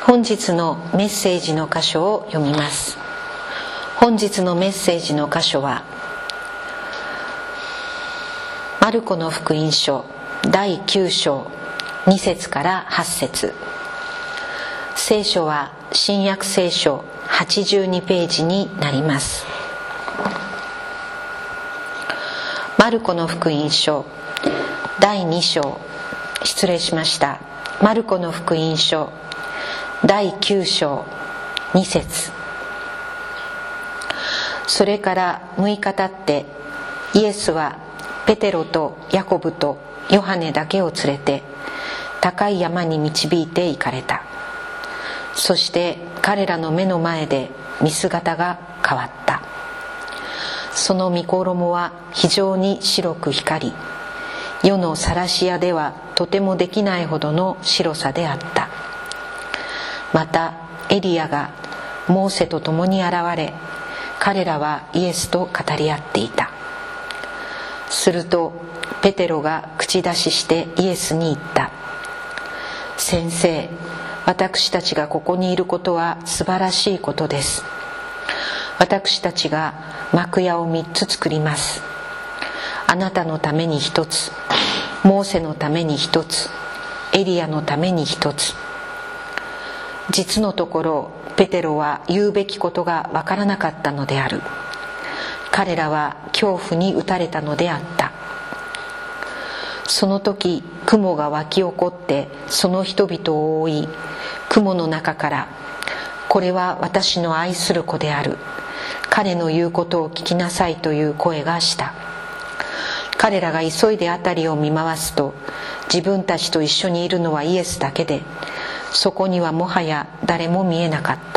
本日のメッセージの箇所を読みます。本日のメッセージの箇所はマルコの福音書第9章2節から8節。聖書は新約聖書82ページになります。マルコの福音書第2章、失礼しました。マルコの福音書第9章2節。それから6日経ってイエスはペテロとヤコブとヨハネだけを連れて高い山に導いて行かれた。そして彼らの目の前で見姿が変わった。その御衣は非常に白く光り、世の晒し屋ではとてもできないほどの白さであった。またエリヤがモーセと共に現れ、彼らはイエスと語り合っていた。するとペテロが口出ししてイエスに言った。先生、私たちがここにいることは素晴らしいことです。私たちが幕屋を3つ作ります。あなたのために1つ、モーセのために1つ、エリヤのために1つ。実のところペテロは言うべきことがわからなかったのである。彼らは恐怖に打たれたのであった。その時雲が湧き起こってその人々を覆い、雲の中からこれは私の愛する子である、彼の言うことを聞きなさいという声がした。彼らが急いで辺りを見回すと、自分たちと一緒にいるのはイエスだけで、そこにはもはや誰も見えなかった。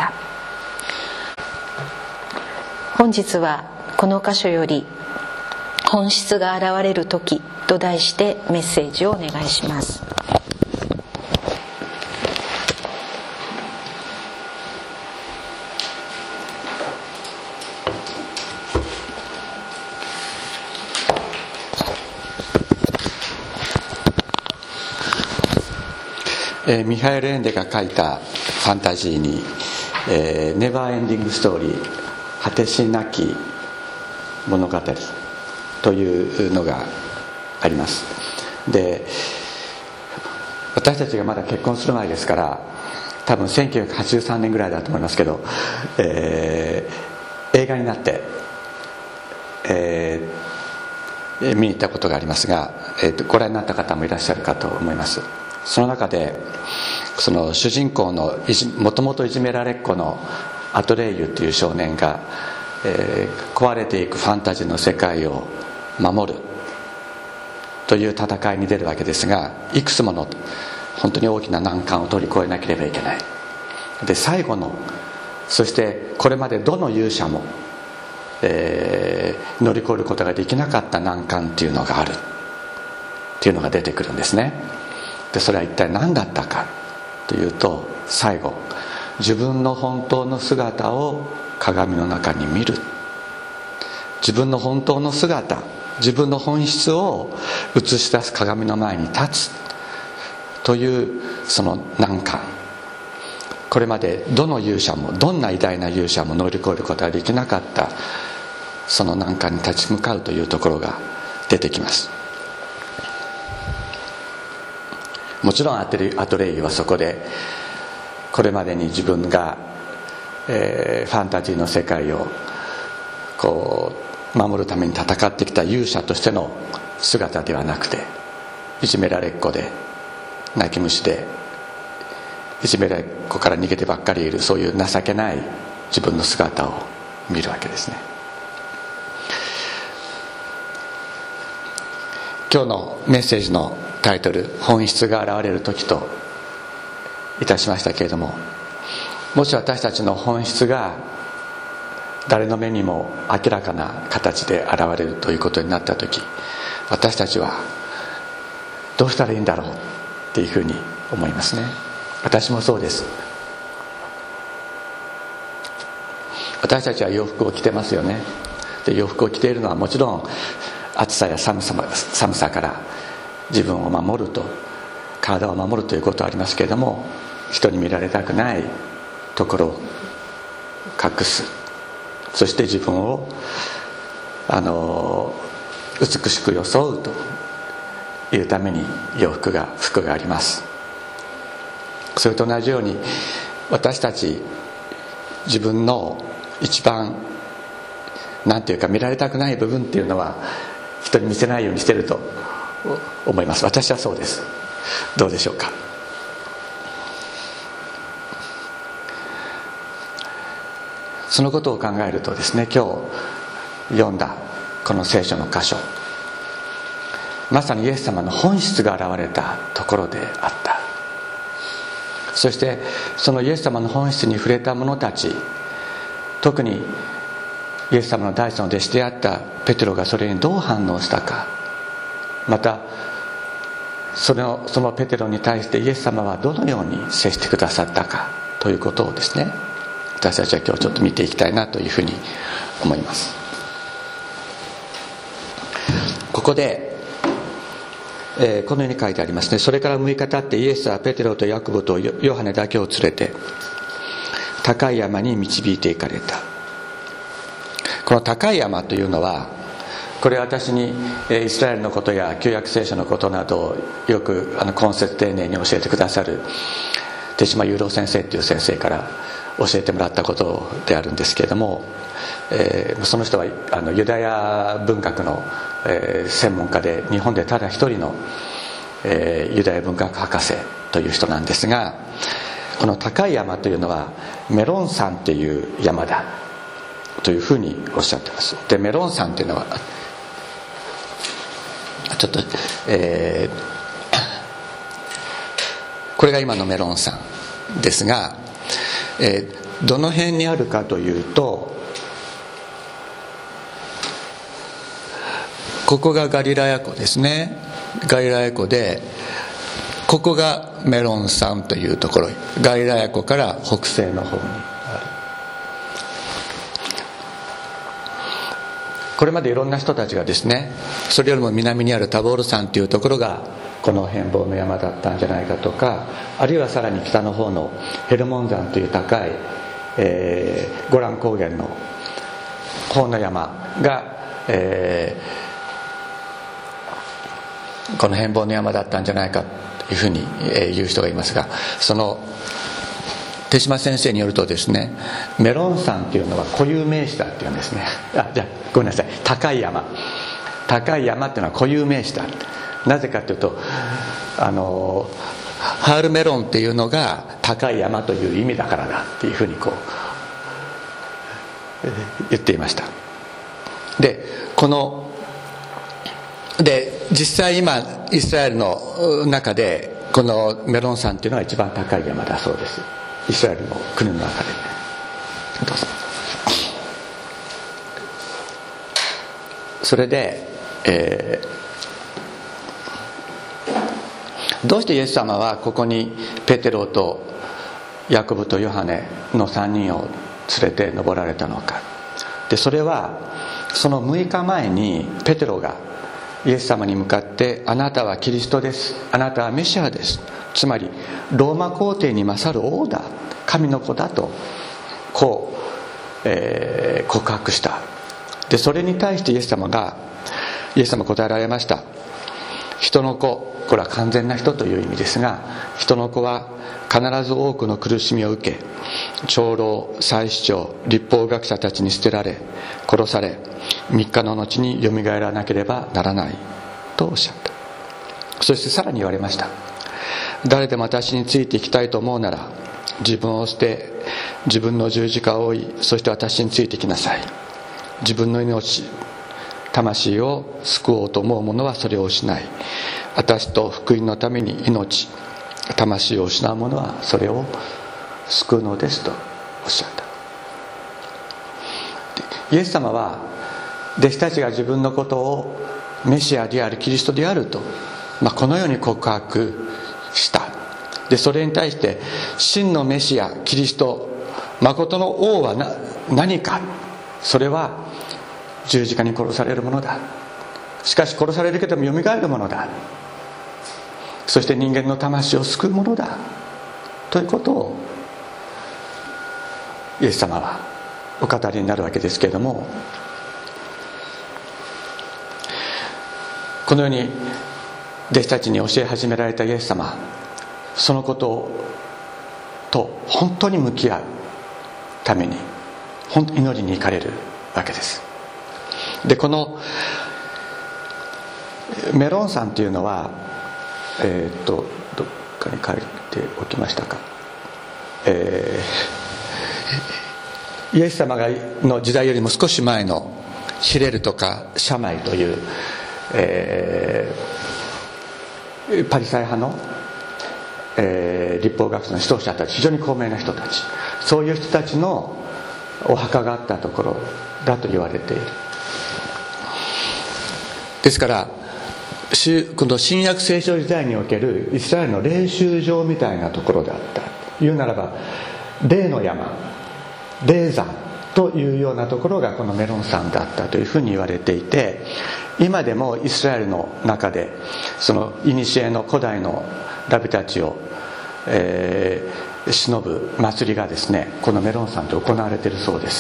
本日はこの箇所より本質が現れる時と題してメッセージをお願いします。 ミハエル・エンデが書いたファンタジーに、ネバーエンディングストーリー、果てしなき物語というのがあります。で、私たちがまだ結婚する前ですから、多分1983年ぐらいだと思いますけど、映画になって、見に行ったことがありますが、ご覧になった方もいらっしゃるかと思います。その中でその主人公のもともといじめられっ子のアトレイユという少年が、壊れていくファンタジーの世界を守るという戦いに出るわけですが、いくつもの本当に大きな難関を乗り越えなければいけない。で、最後の、そしてこれまでどの勇者も、乗り越えることができなかった難関っていうのがあるっていうのが出てくるんですね。で、それは一体何だったかというと、最後自分の本当の姿を鏡の中に見る、自分の本当の姿、自分の本質を映し出す鏡の前に立つというその難関、これまでどの勇者も、どんな偉大な勇者も乗り越えることができなかったその難関に立ち向かうというところが出てきます。もちろんアトレイユはそこでこれまでに自分が、ファンタジーの世界をこう守るために戦ってきた勇者としての姿ではなくて、いじめられっ子で泣き虫でいじめられっ子から逃げてばっかりいる、そういう情けない自分の姿を見るわけですね。今日のメッセージのタイトル、本質が現れる時といたしましたけれども、もし私たちの本質が誰の目にも明らかな形で現れるということになった時、私たちはどうしたらいいんだろうっていうふうに思いますね。私もそうです。私たちは洋服を着てますよね。で、洋服を着ているのはもちろん暑さや寒さから自分を守ると、体を守るということはありますけれども、 人に見られたくないところを隠す、そして自分を美しく装うというために服があります。それと同じように、私たち自分の一番なんていうか見られたくない部分っていうのは人に見せないようにしていると思います。私はそうです。どうでしょうか。そのことを考えるとですね、今日読んだこの聖書の箇所、まさにイエス様の本質が現れたところであった。そしてそのイエス様の本質に触れた者たち、特にイエス様の第一の弟子であったペテロがそれにどう反応したか、またそのペテロに対してイエス様はどのように接してくださったかということをですね、私たちは今日ちょっと見ていきたいなというふうに思います。ここで、このように書いてありますね。それから6日経ってイエスはペテロとヤコブとヨハネだけを連れて高い山に導いていかれた。この高い山というのは、これは私にイスラエルのことや旧約聖書のことなどをよく懇切丁寧に教えてくださる手島雄郎先生という先生から教えてもらったことであるんですけれども、その人はユダヤ文学の専門家で、日本でただ一人のユダヤ文学博士という人なんですが、この高い山というのはメロン山という山だというふうにおっしゃっています。で、メロン山というのはちょっと、これが今のメロン山ですが、どの辺にあるかというと、ここがガリラヤ湖ですね。ガリラヤ湖で、ここがメロン山というところ、ガリラヤ湖から北西の方にある。これまでいろんな人たちがですね、それよりも南にあるタボール山というところがこの変貌の山だったんじゃないかとか、あるいはさらに北の方のヘルモン山という高い、ゴラン高原の方の山が、この変貌の山だったんじゃないかというふうに言う人がいますが、その手島先生によるとですね、メロン山というのは固有名詞だっていうんですね。ごめんなさい、高い山っていうのは固有名詞だ。なぜかというと、ハールメロンっていうのが高い山という意味だからだっていうふうに言っていました。で実際今イスラエルの中でこのメロン山っていうのは一番高い山だそうです。イスラエルの国の中で。どうぞ。それで、どうしてイエス様はここにペテロとヤコブとヨハネの3人を連れて登られたのか。でそれはその6日前にペテロがイエス様に向かって、あなたはキリストです、あなたはメシアです、つまりローマ皇帝に勝る王だ、神の子だと告白した。でそれに対してイエス様答えられました。人の子、これは完全な人という意味ですが、人の子は必ず多くの苦しみを受け、長老、祭司長、律法学者たちに捨てられ殺され、3日の後によみがえらなければならないとおっしゃった。そしてさらに言われました。誰でも私についていきたいと思うなら、自分を捨て自分の十字架を追い、そして私についてきなさい。自分の命、魂を救おうと思う者はそれを失い、私と福音のために命、魂を失う者はそれを救うのですとおっしゃった。イエス様は弟子たちが自分のことをメシアである、キリストであると、このように告白した。でそれに対して、真のメシア、キリスト、誠の王は何か。それは十字架に殺されるものだ。しかし殺されるけどもよみがえるものだ。そして人間の魂を救うものだということをイエス様はお語りになるわけですけれども、このように弟子たちに教え始められたイエス様、そのことと本当に向き合うために祈りに行かれるわけです。で、このメロン山というのはどっかに書いておきましたか。イエス様の時代よりも少し前のヒレルとかシャマイという、パリサイ派の、律法学者の指導者たち、非常に高名な人たち、そういう人たちのお墓があったところだと言われている。ですからこの新約聖書時代におけるイスラエルの霊修場みたいなところであった。言うならば霊の山、霊山というようなところがこのメロン山だったというふうに言われていて、今でもイスラエルの中でその古の古代のラビたちを、偲ぶ祭りがですね、このメロン山で行われているそうです。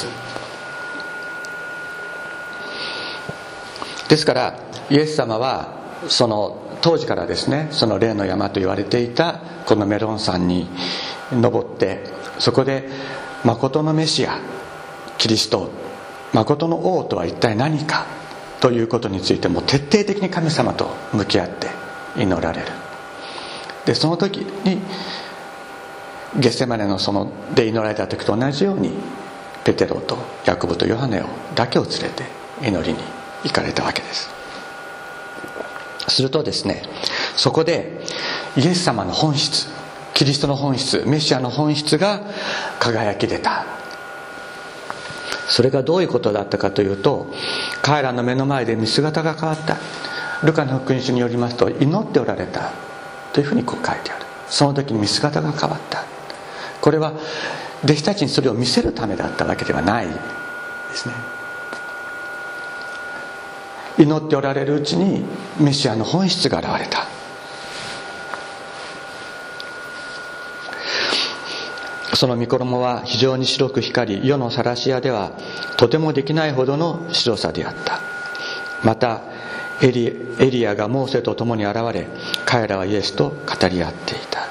ですからイエス様はその当時からですね、その霊の山と言われていたこのメロン山に登って、そこで誠のメシアキリスト、誠の王とは一体何かということについても徹底的に神様と向き合って祈られる。でその時にゲッセマネの園で祈られた時と同じように、ペテロとヤコブとヨハネだけを連れて祈りに行かれたわけです。するとですね、そこでイエス様の本質、キリストの本質、メシアの本質が輝き出た。それがどういうことだったかというと、彼らの目の前で見姿が変わった。ルカの福音書によりますと、祈っておられたというふうにこう書いてある。その時に見姿が変わった。これは弟子たちにそれを見せるためだったわけではないですね。祈っておられるうちにメシアの本質が現れた。その御衣は非常に白く光り、世の晒し屋ではとてもできないほどの白さであった。またエリアがモーセと共に現れ、彼らはイエスと語り合っていた。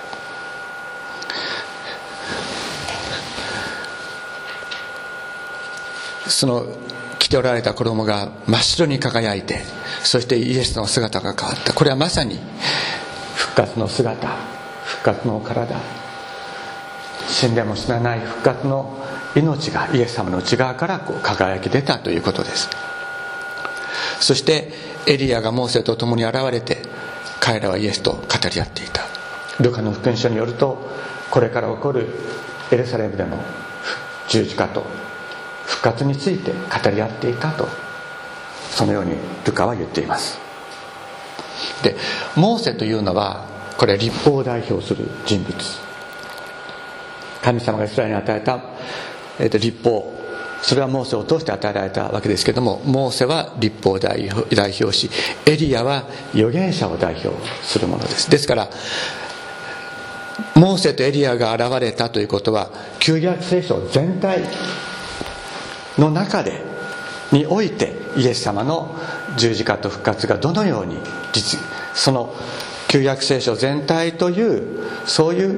その着ておられた衣が真っ白に輝いて、そしてイエスの姿が変わった。これはまさに復活の姿、復活の体、死んでも死なない復活の命がイエス様の内側からこう輝き出たということです。そしてエリアがモーセと共に現れて、彼らはイエスと語り合っていた。ルカの福音書によると、これから起こるエルサレムでの十字架と復活について語り合っていたと、そのようにルカは言っています。で、モーセというのはこれ律法を代表する人物、神様がイスラエルに与えた、律法、それはモーセを通して与えられたわけですけれども、モーセは律法を代表し、エリアは預言者を代表するものです。ですからモーセとエリアが現れたということは、旧約聖書全体の中でにおいてイエス様の十字架と復活がどのようにその旧約聖書全体というそういう、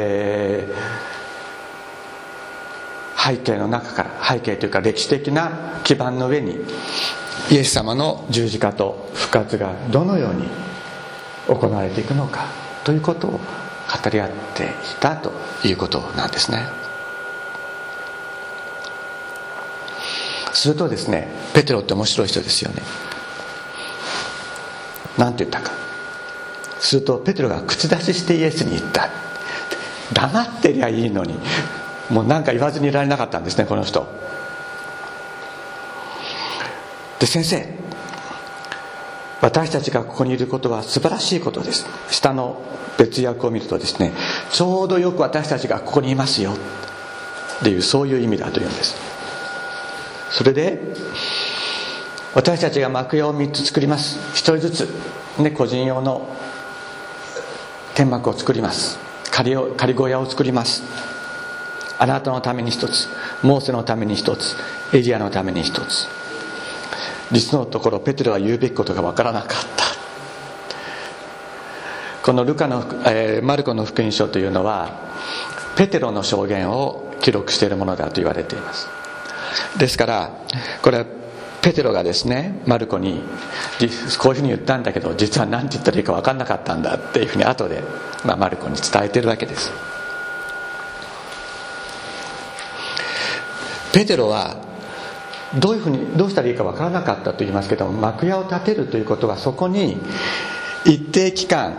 背景の中から、背景というか歴史的な基盤の上にイエス様の十字架と復活がどのように行われていくのかということを語り合っていたということなんですね。するとですね、ペテロって面白い人ですよね。なんて言ったか。するとペテロが口出ししてイエスに言った。黙ってりゃいいのに、もう何か言わずにいられなかったんですね、この人で。先生、私たちがここにいることは素晴らしいことです。下の別訳を見るとですね、ちょうどよく私たちがここにいますよっていう、そういう意味だというんです。それで私たちが幕屋を3つ作ります。1人ずつ、ね、個人用の天幕を作ります。 仮小屋を作ります。あなたのために一つ、モーセのために一つ、エリアのために一つ。実のところペテロは言うべきことが分からなかった。このマルコの福音書というのはペテロの証言を記録しているものだと言われています。ですからこれはペテロがですね、マルコにこういうふうに言ったんだけど実は何て言ったらいいか分からなかったんだっていうふうに後で、マルコに伝えているわけです。ペテロはどうしたらいいか分からなかったと言いますけども、幕屋を建てるということはそこに一定期間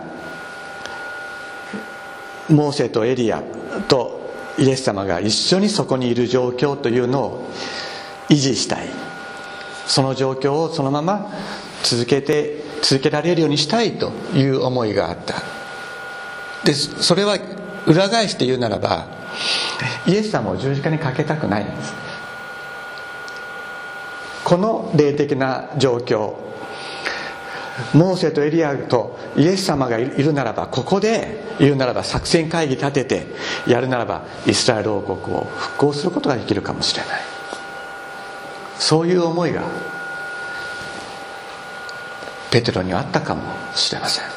モーセとエリアとイエス様が一緒にそこにいる状況というのを維持したい、その状況をそのまま続けられるようにしたいという思いがあった。でそれは裏返して言うならばイエス様を十字架にかけたくないんです。この霊的な状況、モーセとエリアとイエス様がいるならば、ここで言うならば作戦会議立ててやるならばイスラエル王国を復興することができるかもしれない、そういう思いがペテロにはあったかもしれません。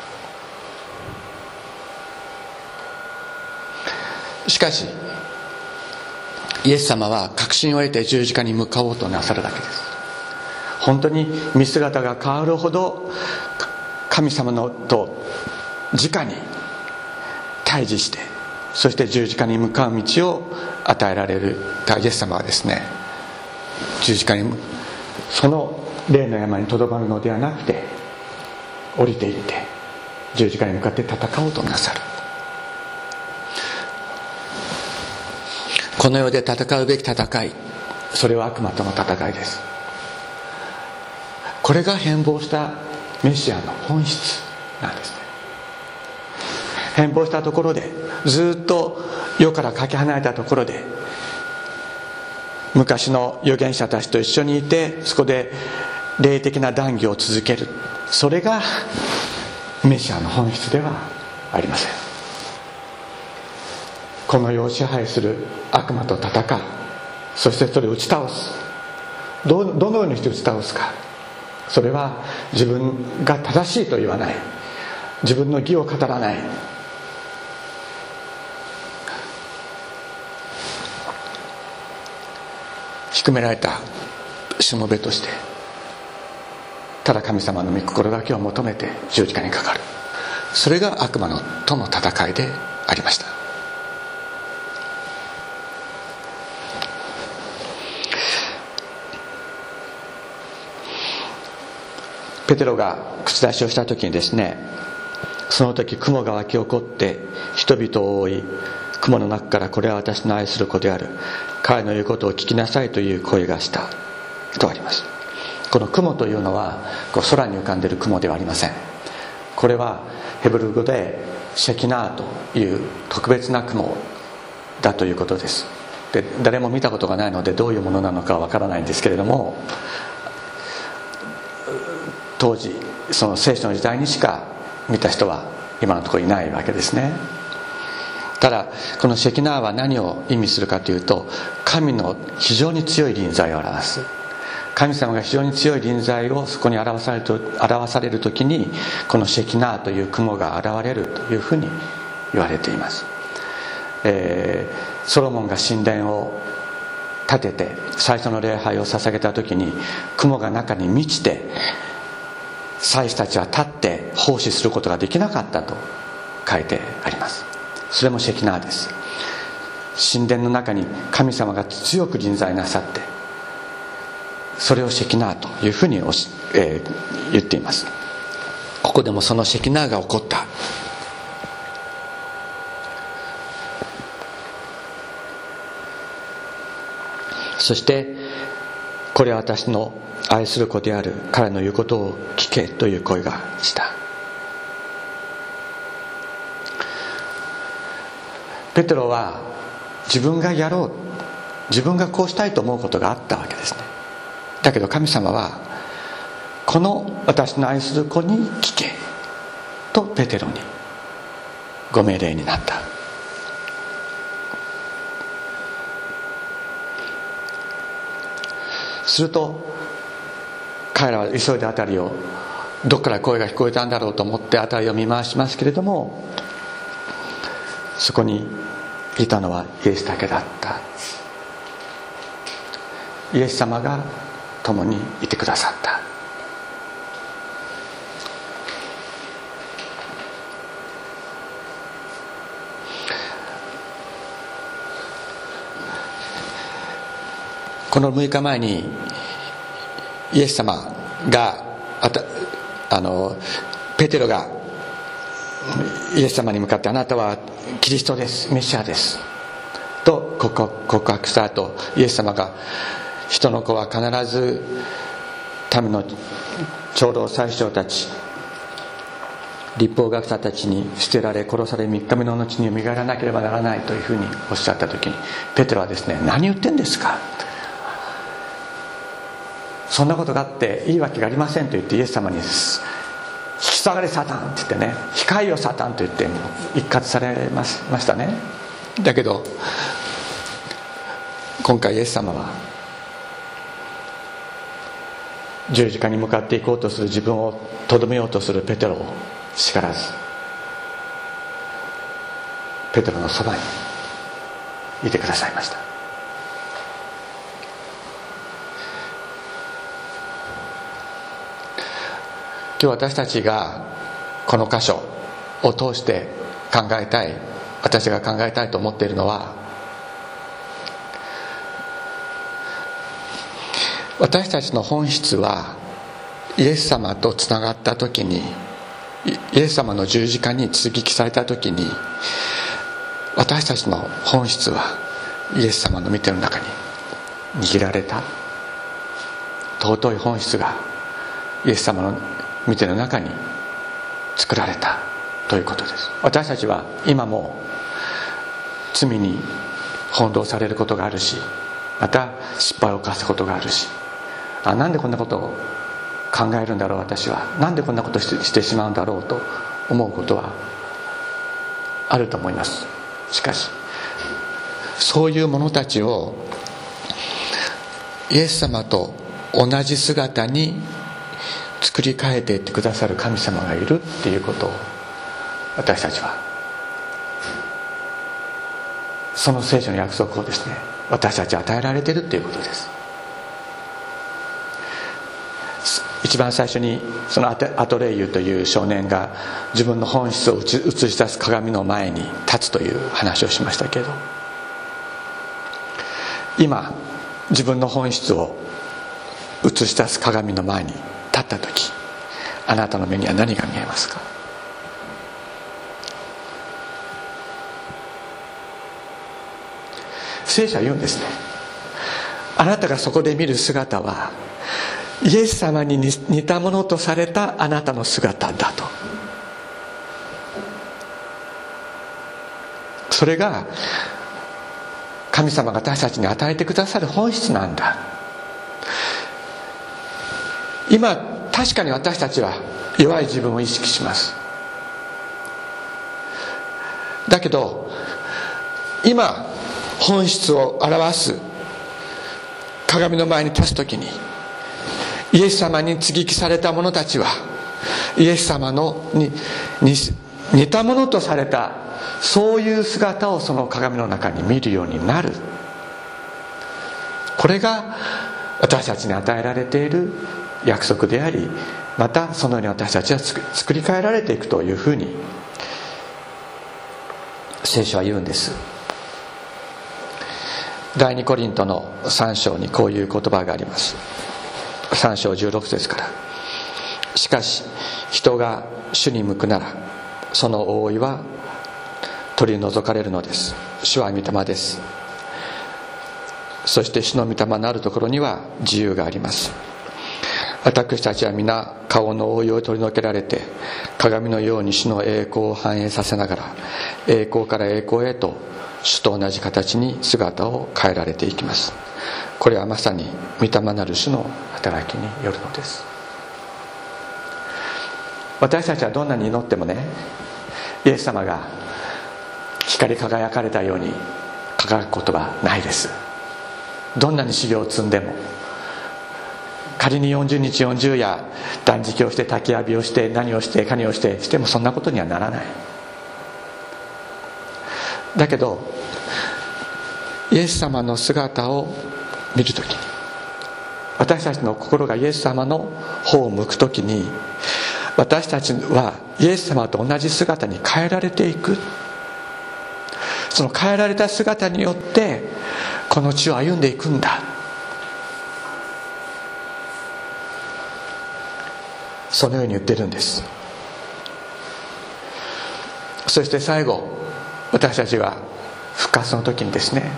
しかしイエス様は確信を得て十字架に向かおうとなさるだけです。本当に見姿が変わるほど神様と直に対峙して、そして十字架に向かう道を与えられるイエス様はですね、十字架にその霊の山にとどまるのではなくて降りていって十字架に向かって戦おうとなさる。この世で戦うべき戦い、それは悪魔との戦いです。これが変貌したメシアの本質なんですね。変貌したところで、ずっと世からかけ離れたところで昔の預言者たちと一緒にいて、そこで霊的な談義を続ける、それがメシアの本質ではありません。この世を支配する悪魔と戦う、そしてそれを打ち倒す。どのようにして打ち倒すか、それは自分が正しいと言わない、自分の義を語らない、低められたしもべとしてただ神様の御心だけを求めて十字架にかかる、それが悪魔との戦いでありました。ペテロが口出しをした時にですね、その時雲が湧き起こって人々を覆い、雲の中からこれは私の愛する子である、彼の言うことを聞きなさいという声がしたとあります。この雲というのは空に浮かんでいる雲ではありません。これはヘブル語でシェキナーという特別な雲だということです。で誰も見たことがないのでどういうものなのかはわからないんですけれども、当時その聖書の時代にしか見た人は今のところいないわけですね。ただこのシェキナーは何を意味するかというと、神の非常に強い臨在を表す。神様が非常に強い臨在をそこに表される時に、このシェキナーという雲が現れるというふうに言われています。ソロモンが神殿を建てて最初の礼拝を捧げた時に、雲が中に満ちて祭司たちは立って奉仕することができなかったと書いてあります。それもシェキナーです。神殿の中に神様が強く臨在なさって、それをシェキナーというふうに言っています。ここでもそのシェキナーが起こった。そしてこれは私の愛する子である、彼の言うことを聞けという声がした。ペテロは自分がやろう、自分がこうしたいと思うことがあったわけですね。だけど神様はこの私の愛する子に聞けとペテロにご命令になった。すると彼らは急いで辺りを、どこから声が聞こえたんだろうと思って辺りを見回しますけれども、そこにいたのはイエスだけだった。イエス様が共にいてくださった。この6日前にイエス様がペテロがイエス様に向かって、あなたはキリストです、メシアですと告白した後、イエス様が、人の子は必ず民の長老宰相たち、律法学者たちに捨てられ殺され、3日目の後によみがえらなければならないというふうにおっしゃった時に、ペテロはですね、何言ってんですか、そんなことがあっていいわけがありませんと言ってイエス様に、引き下がれサタンって言ってね、控えよサタンと言って一喝されましたね。だけど今回イエス様は十字架に向かっていこうとする自分をとどめようとするペテロを叱らず、ペテロのそばにいてくださいました。今日私たちがこの箇所を通して考えたい、私が考えたいと思っているのは、私たちの本質はイエス様とつながった時に、イエス様の十字架に追撃された時に、私たちの本質はイエス様の御手の中に握られた尊い本質がイエス様の御手の中に作られたということです。私たちは今も罪に翻弄されることがあるし、また失敗を犯すことがあるし、なんでこんなことを考えるんだろう、私はなんでこんなことをしてしまうんだろうと思うことはあると思います。しかしそういう者たちをイエス様と同じ姿に作り変えていってくださる神様がいるっていうことを、私たちはその聖書の約束をですね、私たちは与えられているっていうことです。一番最初にそのアトレイユという少年が自分の本質を映し出す鏡の前に立つという話をしましたけど、今自分の本質を映し出す鏡の前に立った時、あなたの目には何が見えますか？聖書は言うんですね。あなたがそこで見る姿はイエス様に似たものとされたあなたの姿だと。それが神様が私たちに与えてくださる本質なんだ。今確かに私たちは弱い自分を意識します。だけど今本質を表す鏡の前に立つときに、イエス様に接ぎ木された者たちはイエス様のに似たものとされた、そういう姿をその鏡の中に見るようになる。これが私たちに与えられている約束であり、またそのように私たちは作り変えられていくというふうに聖書は言うんです。第2コリントの3章にこういう言葉があります。3章16節から、しかし人が主に向くならその覆いは取り除かれるのです。主は御霊です。そして主の御霊のあるところには自由があります。私たちは皆顔の覆いを取り除けられて、鏡のように主の栄光を反映させながら、栄光から栄光へと主と同じ形に姿を変えられていきます。これはまさに御霊なる主の働きによるのです。私たちはどんなに祈ってもね、イエス様が光り輝かれたように輝くことはないです。どんなに修行を積んでも、仮に40日40夜断食をして焚き浴びをして何をしてかにをしてもそんなことにはならない。だけどイエス様の姿を見るときに、私たちの心がイエス様の方を向くときに、私たちはイエス様と同じ姿に変えられていく。その変えられた姿によってこの地を歩んでいくんだ。そのように言ってるんです。そして最後、私たちが復活の時にですね、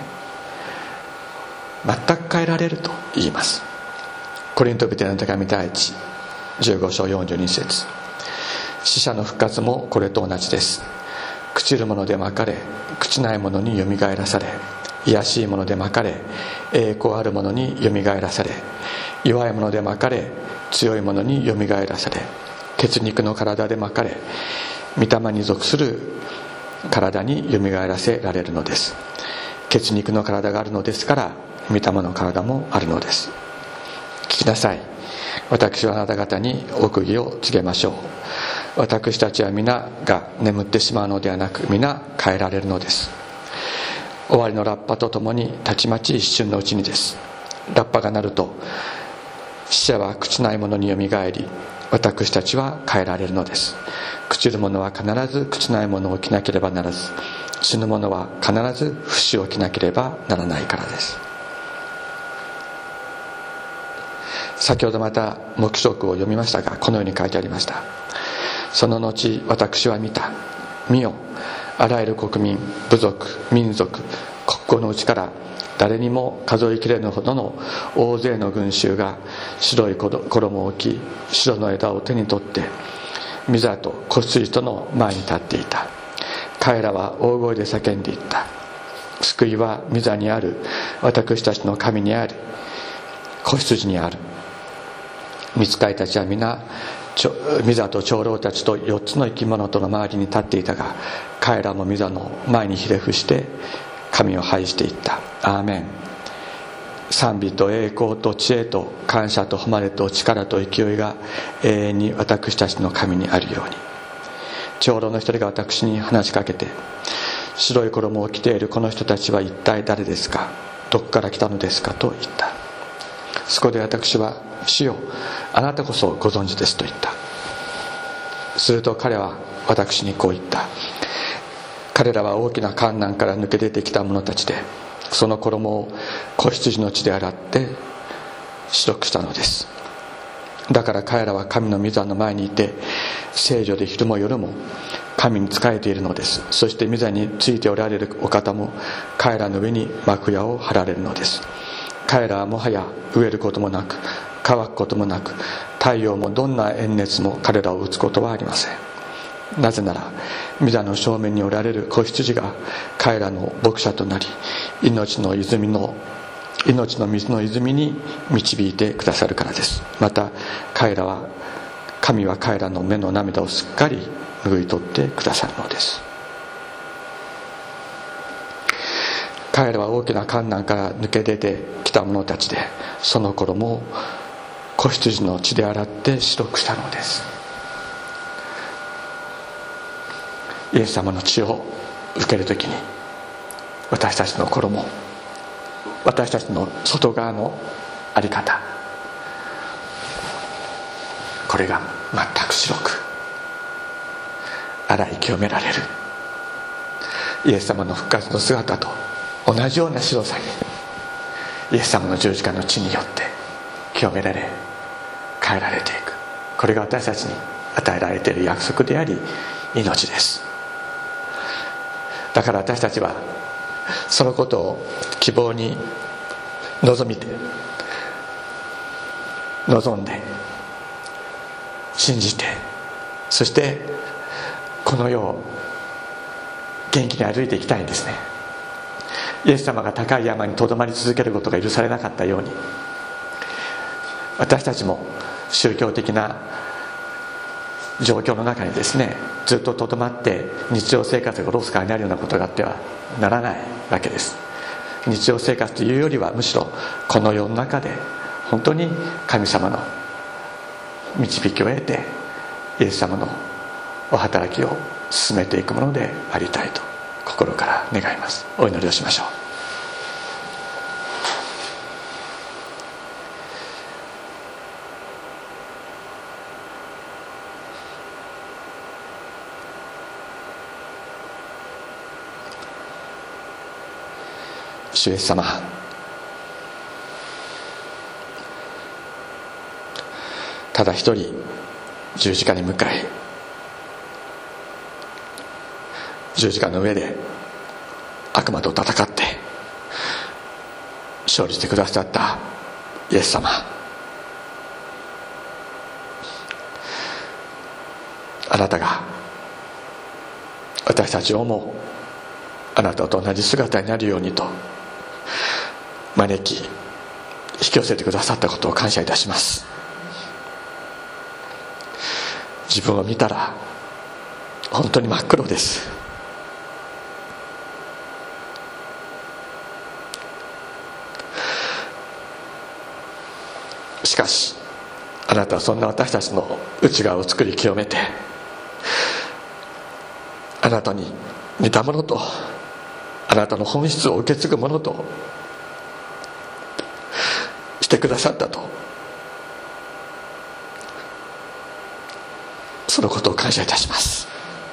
全く変えられると言います。コリント人への手紙第1、15章42節。死者の復活もこれと同じです。朽ちるものでまかれ、朽ちないものによみがえらされ、卑しいものでまかれ、栄光あるものによみがえらされ、弱いものでまかれ、強いものによみがえらされ、血肉の体でまかれ、御霊に属する体によみがえらせられるのです。血肉の体があるのですから、御霊の体もあるのです。聞きなさい。私はあなた方に奥義を告げましょう。私たちは皆が眠ってしまうのではなく、皆変えられるのです。終わりのラッパとともにたちまち一瞬のうちにです。ラッパが鳴ると、死者は朽ちないものによみがえり、私たちは変えられるのです。朽ちるものは必ず朽ちないものを着なければならず、死ぬものは必ず不死を着なければならないからです。先ほどまた黙示録を読みましたが、このように書いてありました。その後私は見た。見よ、あらゆる国民、部族、民族、国庫のうちから誰にも数えきれぬほどの大勢の群衆が白い衣を着、白の枝を手に取って御座と子羊との前に立っていた。彼らは大声で叫んでいった。救いは御座にある、私たちの神にあり、子羊にある。御使いたちは皆御座と長老たちと4つの生き物との周りに立っていたが、彼らも御座の前にひれ伏して神を拝していった。アーメン。賛美と栄光と知恵と感謝と誉れと力と勢いが永遠に私たちの神にあるように。長老の一人が私に話しかけて、白い衣を着ているこの人たちは一体誰ですか、どこから来たのですかと言った。そこで私は、主よ、あなたこそご存知ですと言った。すると彼は私にこう言った。彼らは大きな患難から抜け出てきた者たちで、その衣を子羊の血で洗って白くしたのです。だから彼らは神の御座の前にいて、聖女で昼も夜も神に仕えているのです。そして御座についておられるお方も彼らの上に幕屋を張られるのです。彼らはもはや飢えることもなく、乾くこともなく、太陽もどんな炎熱も彼らを打つことはありません。なぜなら御座の正面におられる子羊が彼らの牧者となり、命の水の泉に導いてくださるからです。また神は彼らの目の涙をすっかり拭い取ってくださるのです。彼らは大きな患難から抜け出てきた者たちで、その衣を子羊の血で洗って白くしたのです。イエス様の血を受けるときに、私たちの衣、私たちの外側の在り方、これが全く白く洗い清められる。イエス様の復活の姿と同じような白さに、イエス様の十字架の血によって清められ、変えられていく。これが私たちに与えられている約束であり、命です。だから私たちはそのことを希望に望んで信じて、そしてこの世を元気に歩いていきたいんですね。イエス様が高い山にとどまり続けることが許されなかったように、私たちも宗教的な状況の中にですねずっととどまって日常生活がおろそかになるようなことがあってはならないわけです。日常生活というよりはむしろこの世の中で本当に神様の導きを得てイエス様のお働きを進めていくものでありたいと心から願います。お祈りをしましょう。主イエス様、ただ一人十字架に向かい、十字架の上で悪魔と戦って勝利してくださったイエス様、あなたが私たちをもあなたと同じ姿になるようにと招き引き寄せてくださったことを感謝いたします。自分を見たら本当に真っ黒です。しかしあなたはそんな私たちの内側を作り清めて、あなたに似たものとあなたの本質を受け継ぐものとしてくださったと、そのことを感謝いたします。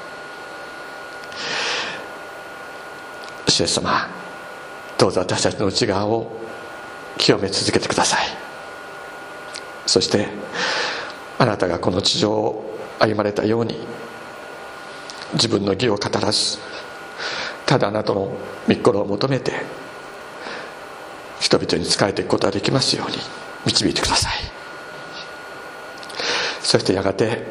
主イエス様、どうぞ私たちの内側を清め続けてください。そしてあなたがこの地上を歩まれたように、自分の義を語らず、ただあなたの御心を求めて人々に仕えていくことができますように導いてください。そしてやがて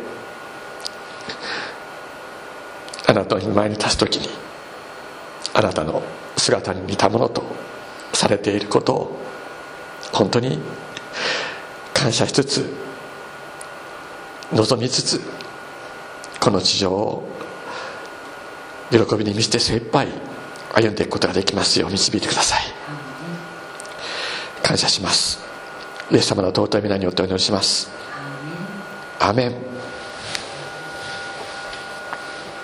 あなたの前に立つときに、あなたの姿に似たものとされていることを本当に感謝しつつ、望みつつ、この地上を喜びに満ちて精一杯歩んでいくことができますよう導いてください。感謝します。イエス様の尊い皆によってお祈りします。アーメン。